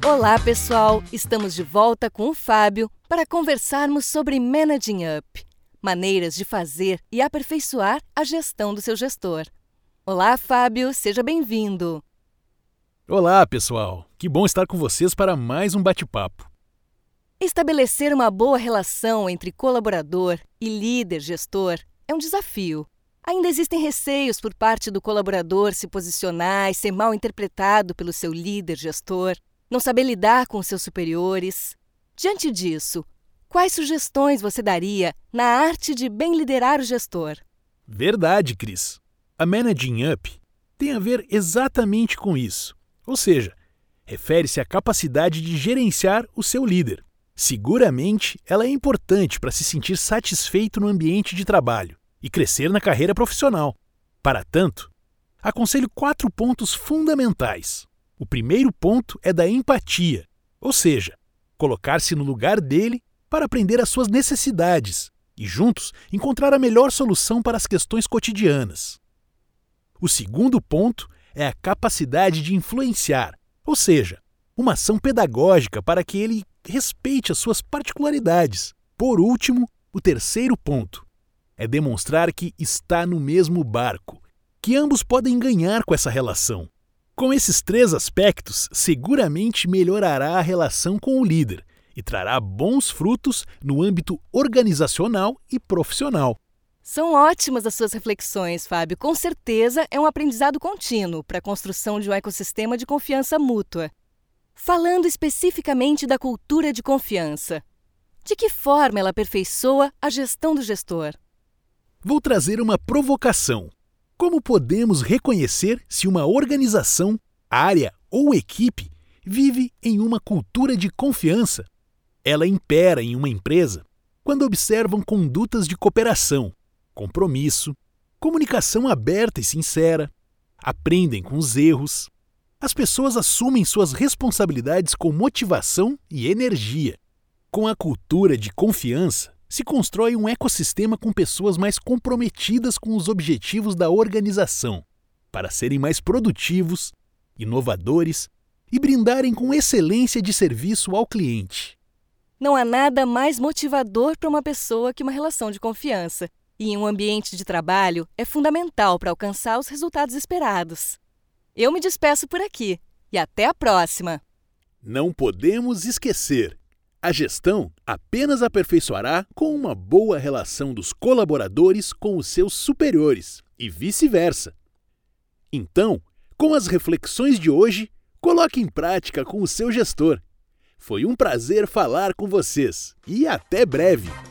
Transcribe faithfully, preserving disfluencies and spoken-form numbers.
Olá, pessoal! Estamos de volta com o Fábio para conversarmos sobre Managing Up, maneiras de fazer e aperfeiçoar a gestão do seu gestor. Olá, Fábio! Seja bem-vindo! Olá, pessoal! Que bom estar com vocês para mais um bate-papo. Estabelecer uma boa relação entre colaborador e líder-gestor é um desafio. Ainda existem receios por parte do colaborador se posicionar e ser mal interpretado pelo seu líder-gestor, não saber lidar com os seus superiores. Diante disso, quais sugestões você daria na arte de bem liderar o gestor? Verdade, Cris. A Managing Up tem a ver exatamente com isso. Ou seja, refere-se à capacidade de gerenciar o seu líder. Seguramente, ela é importante para se sentir satisfeito no ambiente de trabalho e crescer na carreira profissional. Para tanto, aconselho quatro pontos fundamentais. O primeiro ponto é da empatia, ou seja, colocar-se no lugar dele para aprender as suas necessidades e, juntos, encontrar a melhor solução para as questões cotidianas. O segundo ponto é a capacidade de influenciar, ou seja, uma ação pedagógica para que ele respeite as suas particularidades. Por último, o terceiro ponto é demonstrar que está no mesmo barco, que ambos podem ganhar com essa relação. Com esses três aspectos, seguramente melhorará a relação com o líder e trará bons frutos no âmbito organizacional e profissional. São ótimas as suas reflexões, Fábio. Com certeza é um aprendizado contínuo para a construção de um ecossistema de confiança mútua. Falando especificamente da cultura de confiança, de que forma ela aperfeiçoa a gestão do gestor? Vou trazer uma provocação. Como podemos reconhecer se uma organização, área ou equipe vive em uma cultura de confiança? Ela impera em uma empresa quando observam condutas de cooperação, compromisso, comunicação aberta e sincera, aprendem com os erros. As pessoas assumem suas responsabilidades com motivação e energia. Com a cultura de confiança, se constrói um ecossistema com pessoas mais comprometidas com os objetivos da organização, para serem mais produtivos, inovadores e brindarem com excelência de serviço ao cliente. Não há nada mais motivador para uma pessoa que uma relação de confiança, e em um ambiente de trabalho é fundamental para alcançar os resultados esperados. Eu me despeço por aqui e até a próxima! Não podemos esquecer! A gestão apenas aperfeiçoará com uma boa relação dos colaboradores com os seus superiores e vice-versa. Então, com as reflexões de hoje, coloque em prática com o seu gestor. Foi um prazer falar com vocês e até breve!